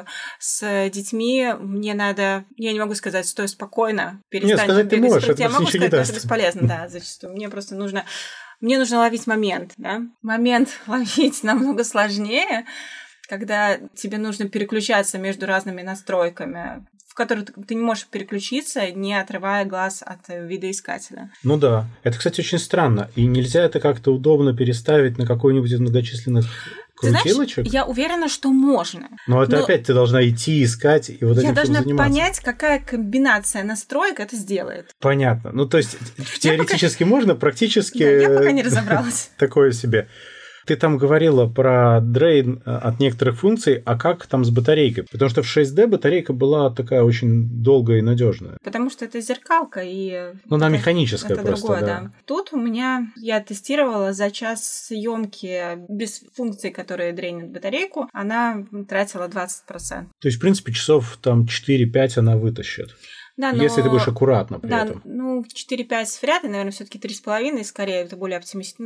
С детьми мне надо... Я не могу сказать, стой спокойно, перестань. Нет, сказать ты можешь, это я могу сказать, но это бесполезно, да, зачастую. Мне просто нужно... Мне нужно ловить момент, да. Момент ловить намного сложнее, когда тебе нужно переключаться между разными настройками, в которые ты не можешь переключиться, не отрывая глаз от видоискателя. Ну да. Это, кстати, очень странно. И нельзя это как-то удобно переставить на какой-нибудь из многочисленных крутилочек? Знаешь, я уверена, что можно. Но опять ты должна идти, искать и вот этим всем заниматься. Я должна понять, какая комбинация настроек это сделает. Понятно. Ну, то есть, теоретически можно, практически... Да, я пока не разобралась. Такое себе. Ты там говорила про дрейн от некоторых функций, а как там с батарейкой? Потому что в 6D батарейка была такая очень долгая и надежная. Потому что это зеркалка и... Ну, она механическая это просто, другое, да. Тут у меня... Я тестировала за час съемки без функций, которые дрейнят батарейку, она тратила 20%. То есть, в принципе, часов там 4-5 она вытащит. Да, если ты будешь аккуратно при этом. Ну, 4-5 вряд ли, наверное, все-таки 3,5, скорее, это более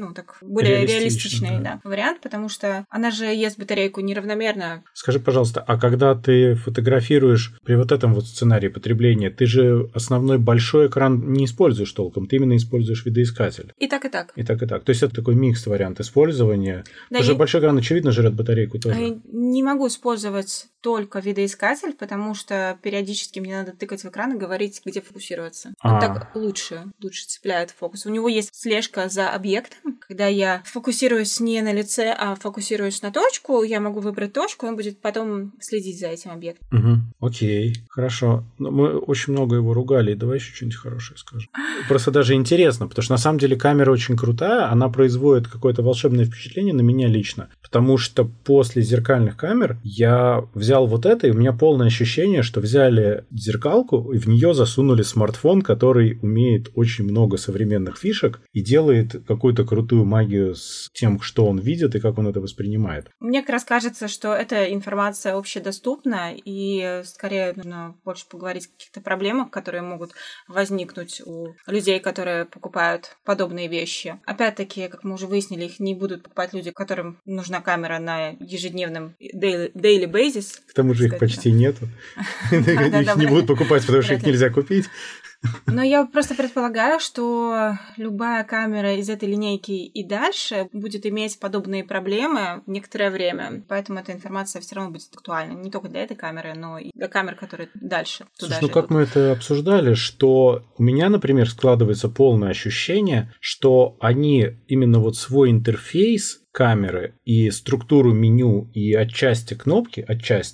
более реалистичный вариант, потому что она же ест батарейку неравномерно. Скажи, пожалуйста, а когда ты фотографируешь при вот этом вот сценарии потребления, ты же основной большой экран не используешь толком, ты именно используешь видоискатель. И так, и так. И так, и так. То есть это такой микс-вариант использования. Да, потому что большой экран, очевидно, жрет батарейку тоже. Я не могу использовать только видоискатель, потому что периодически мне надо тыкать в экран и говорить, где фокусироваться. Он так лучше цепляет фокус. У него есть слежка за объектом. Когда я фокусируюсь не на лице, а фокусируюсь на точку, я могу выбрать точку, он будет потом следить за этим объектом. Окей, хорошо. Но мы очень много его ругали. Давай еще что-нибудь хорошее скажем. Просто даже интересно, потому что на самом деле камера очень крутая, она производит какое-то волшебное впечатление на меня лично. Потому что после зеркальных камер я взял вот это, и у меня полное ощущение, что взяли зеркалку и в нее засунули смартфон, который умеет очень много современных фишек и делает какую-то крутую магию с тем, что он видит и как он это воспринимает. Мне как раз кажется, что эта информация общедоступна, и скорее нужно больше поговорить о каких-то проблемах, которые могут возникнуть у людей, которые покупают подобные вещи. Опять-таки, как мы уже выяснили, их не будут покупать люди, которым нужна камера на ежедневном daily basis. К тому же их почти нету. Их не будут покупать, потому что их нельзя купить. Но я просто предполагаю, что любая камера из этой линейки и дальше будет иметь подобные проблемы некоторое время. Поэтому эта информация все равно будет актуальна. Не только для этой камеры, но и для камер, которые дальше туда Слушай, как мы это обсуждали, что у меня, например, складывается полное ощущение, что они именно вот свой интерфейс камеры и структуру меню и отчасти кнопки,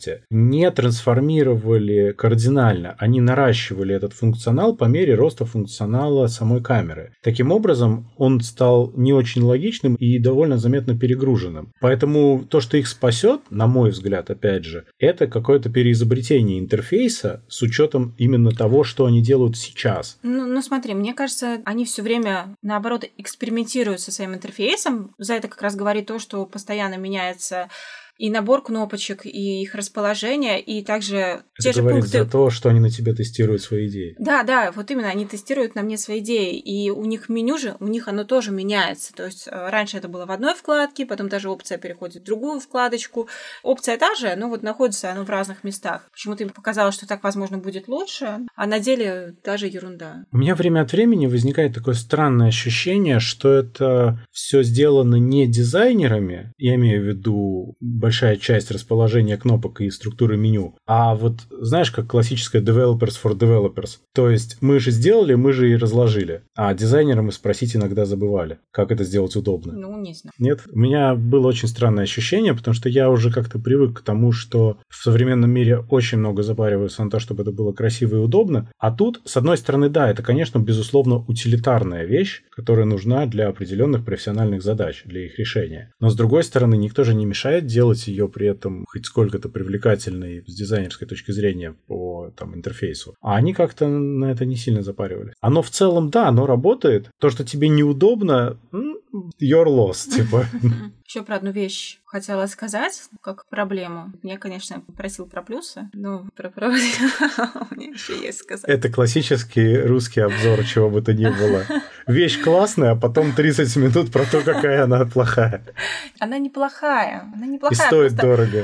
не трансформировали кардинально. Они наращивали этот функционал по мере роста функционала самой камеры. Таким образом, он стал не очень логичным и довольно заметно перегруженным. Поэтому то, что их спасет, на мой взгляд, опять же, это какое-то переизобретение интерфейса с учетом именно того, что они делают сейчас. Ну смотри, мне кажется, они все время, наоборот, экспериментируют со своим интерфейсом. За это как раз говорит то, что постоянно меняется и набор кнопочек, и их расположение, и также те же говорит пункты... за то, что они на тебе тестируют свои идеи. Да, вот именно, они тестируют на мне свои идеи, и у них меню же, у них оно тоже меняется. То есть раньше это было в одной вкладке, потом даже опция переходит в другую вкладочку. Опция та же, но вот находится оно в разных местах. Почему-то им показалось, что так, возможно, будет лучше, а на деле даже ерунда. У меня время от времени возникает такое странное ощущение, что это все сделано не дизайнерами, я имею в виду большая часть расположения кнопок и структуры меню, а вот знаешь, как классическая developers for developers. То есть мы же сделали, мы же и разложили, а дизайнерам мы спросить иногда забывали, как это сделать удобно. Ну, не знаю. Нет? У меня было очень странное ощущение, потому что я уже как-то привык к тому, что в современном мире очень много запариваются на то, чтобы это было красиво и удобно. А тут, с одной стороны, да, это, конечно, безусловно, утилитарная вещь, которая нужна для определенных профессиональных задач, для их решения. Но, с другой стороны, никто же не мешает делать ее при этом хоть сколько-то привлекательной с дизайнерской точки зрения по там, интерфейсу. А они как-то на это не сильно запаривались. Оно в целом, да, оно работает. То, что тебе неудобно, your loss, типа. Еще про одну вещь хотела сказать, как проблему. Я, конечно, просил про плюсы, но про проблему у меня еще есть сказать. Это классический русский обзор, чего бы то ни было. Вещь классная, а потом 30 минут про то, какая она плохая. Она неплохая. И стоит дорого.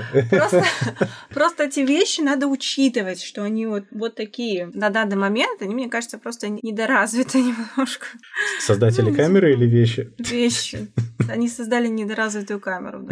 Просто эти вещи надо учитывать, что они вот такие. На данный момент они, мне кажется, просто недоразвиты немножко. Создатели камеры или вещи? Вещи. Они создали недоразвитую камеру.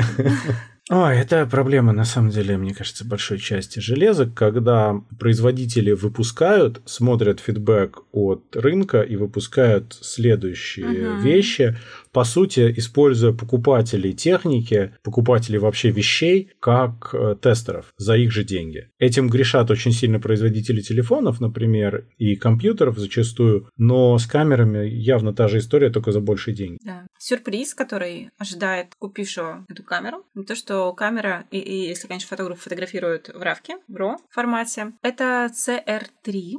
Это проблема, на самом деле, мне кажется, большой части железок, когда производители выпускают, смотрят фидбэк от рынка и выпускают следующие вещи, по сути, используя покупателей техники, покупателей вообще вещей, как тестеров за их же деньги. Этим грешат очень сильно производители телефонов, например, и компьютеров зачастую, но с камерами явно та же история, только за большие деньги. Да. Сюрприз, который ожидает купившего эту камеру, то, что камера, и если, конечно, фотограф фотографирует в RAW, в RAW формате, это CR3,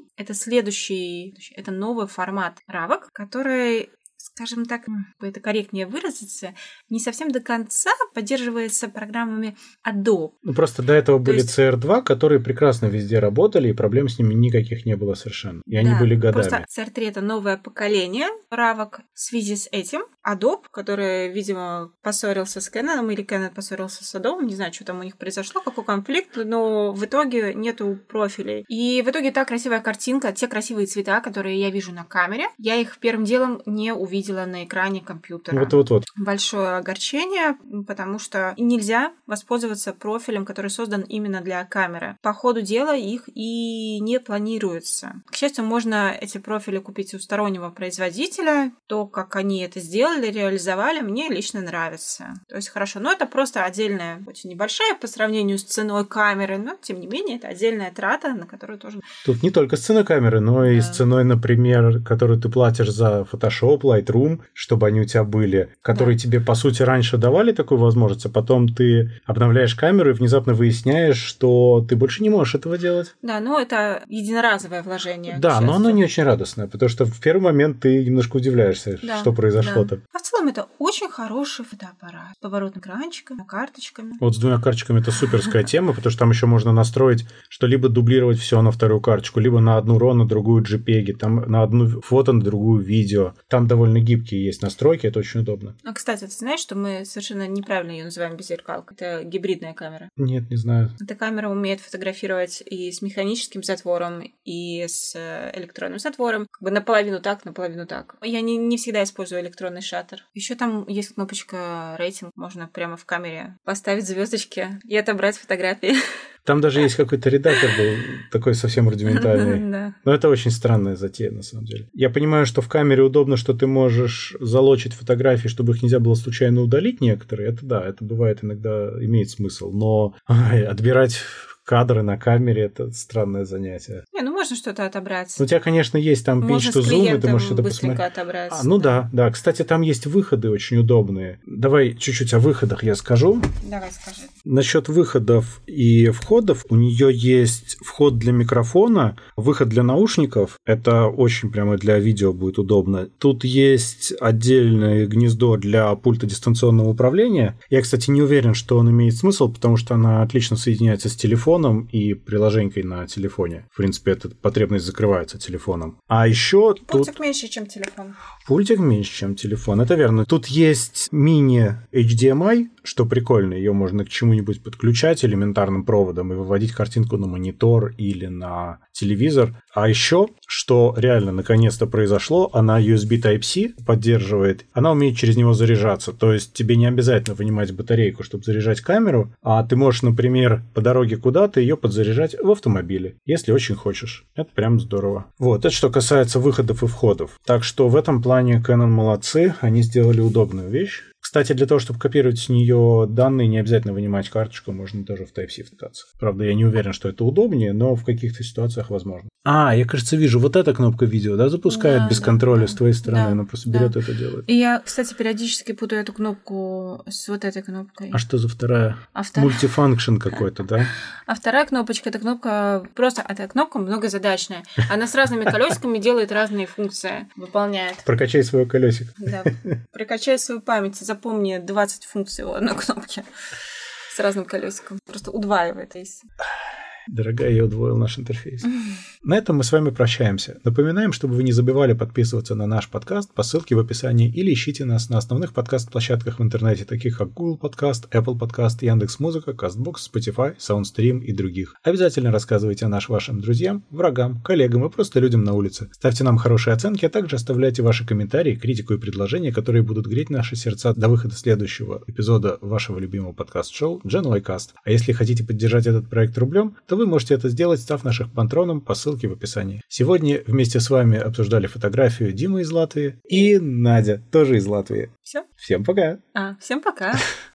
это новый формат равок, который, скажем так, это корректнее выразиться, не совсем до конца поддерживается программами Adobe. Просто до этого были CR2, которые прекрасно везде работали, и проблем с ними никаких не было совершенно. И они были годами. Просто CR3 — это новое поколение равок. В связи с этим Adobe, который, видимо, поссорился с Canon, или Canon поссорился с Adobe, не знаю, что там у них произошло, какой конфликт, но в итоге нету профилей. И в итоге та красивая картинка, те красивые цвета, которые я вижу на камере, я их первым делом не увидела на экране компьютера. Вот. Большое огорчение, потому что нельзя воспользоваться профилем, который создан именно для камеры. По ходу дела их и не планируется. К счастью, можно эти профили купить у стороннего производителя. То, как они это сделали, реализовали, мне лично нравится. То есть хорошо, но это просто отдельная, очень небольшая по сравнению с ценой камеры, но тем не менее это отдельная трата, на которую тоже... Тут не только с ценой камеры, но и с ценой, например, которую ты платишь за Photoshop, Lightroom, чтобы они у тебя были, которые тебе, по сути, раньше давали такую возможность, а потом ты обновляешь камеру и внезапно выясняешь, что ты больше не можешь этого делать. Да, но это единоразовое вложение. Да, но оно не очень радостное, потому что в первый момент ты немножко удивляешься, что произошло-то. А в целом это очень хороший фотоаппарат. С поворотным экранчиком, карточками. Вот с 2 карточками это суперская тема, потому что там еще можно настроить, что либо дублировать все на вторую карточку, либо на одну RAW, на другую JPEG, там на одну фото, на другую видео. Там довольно гибкие есть настройки, это очень удобно. А, кстати, ты знаешь, что мы совершенно неправильно ее называем беззеркалкой? Это гибридная камера. Нет, не знаю. Эта камера умеет фотографировать и с механическим затвором, и с электронным затвором. Как бы наполовину так, наполовину так. Я не всегда использую электронный шаттер. Еще там есть кнопочка рейтинг. Можно прямо в камере поставить звездочки и отобрать фотографии. Там даже есть какой-то редактор был, такой совсем рудиментальный. Да. Но это очень странная затея, на самом деле. Я понимаю, что в камере удобно, что ты можешь залочить фотографии, чтобы их нельзя было случайно удалить некоторые. Это да, это бывает иногда имеет смысл. Но отбирать кадры на камере – это странное занятие. Не, ну можно что-то отобрать. У тебя, конечно, есть там pinch to zoom, и ты можешь что-то посмотреть. Отобрать. Ну да. Кстати, там есть выходы очень удобные. Давай чуть-чуть о выходах я скажу. Давай скажи. Насчет выходов и входов. У нее есть вход для микрофона, выход для наушников. Это очень прямо для видео будет удобно. Тут есть отдельное гнездо для пульта дистанционного управления. Я, кстати, не уверен, что он имеет смысл, потому что она отлично соединяется с телефоном и приложенькой на телефоне. В принципе, эта потребность закрывается телефоном. А еще пультик меньше, чем телефон. Пультик меньше, чем телефон, это верно. Тут есть мини-HDMI, что прикольно. Ее можно к чему-нибудь подключать элементарным проводом и выводить картинку на монитор или на телевизор. А еще, что реально наконец-то произошло, она USB Type-C поддерживает. Она умеет через него заряжаться. То есть тебе не обязательно вынимать батарейку, чтобы заряжать камеру, а ты можешь, например, по дороге куда-то ее подзаряжать в автомобиле, если очень хочешь. Это прям здорово. Вот, это что касается выходов и входов. Так что в этом плане Canon молодцы, они сделали удобную вещь. Кстати, для того, чтобы копировать с нее данные, не обязательно вынимать карточку, можно тоже в Type-C втыкаться. Правда, я не уверен, что это удобнее, но в каких-то ситуациях возможно. Я, кажется, вижу, вот эта кнопка видео, да, запускает без контроля с твоей стороны, она просто берет и это делает. И я, кстати, периодически путаю эту кнопку с вот этой кнопкой. А что за вторая? Мультифанкшн какой-то, да? А вторая кнопочка, это кнопка, просто эта кнопка многозадачная. Она с разными колесиками делает разные функции, выполняет. Прокачай свое колесико. Да, прокачай свою память, запомни 20 функций у одной кнопки с разным колесиком. Просто удваивает. Дорогая, я удвоил наш интерфейс. На этом мы с вами прощаемся. Напоминаем, чтобы вы не забывали подписываться на наш подкаст по ссылке в описании или ищите нас на основных подкаст-площадках в интернете, таких как Google Podcast, Apple Podcast, Яндекс.Музыка, Castbox, Spotify, SoundStream и других. Обязательно рассказывайте о нас вашим друзьям, врагам, коллегам и просто людям на улице. Ставьте нам хорошие оценки, а также оставляйте ваши комментарии, критику и предложения, которые будут греть наши сердца до выхода следующего эпизода вашего любимого подкаст-шоу GenYcast. А если хотите поддержать этот проект рублем, то вы можете это сделать, став нашим патроном по ссылке в описании. Сегодня вместе с вами обсуждали фотографию Димы из Латвии и Надя, тоже из Латвии. Все? Всем пока! Всем пока!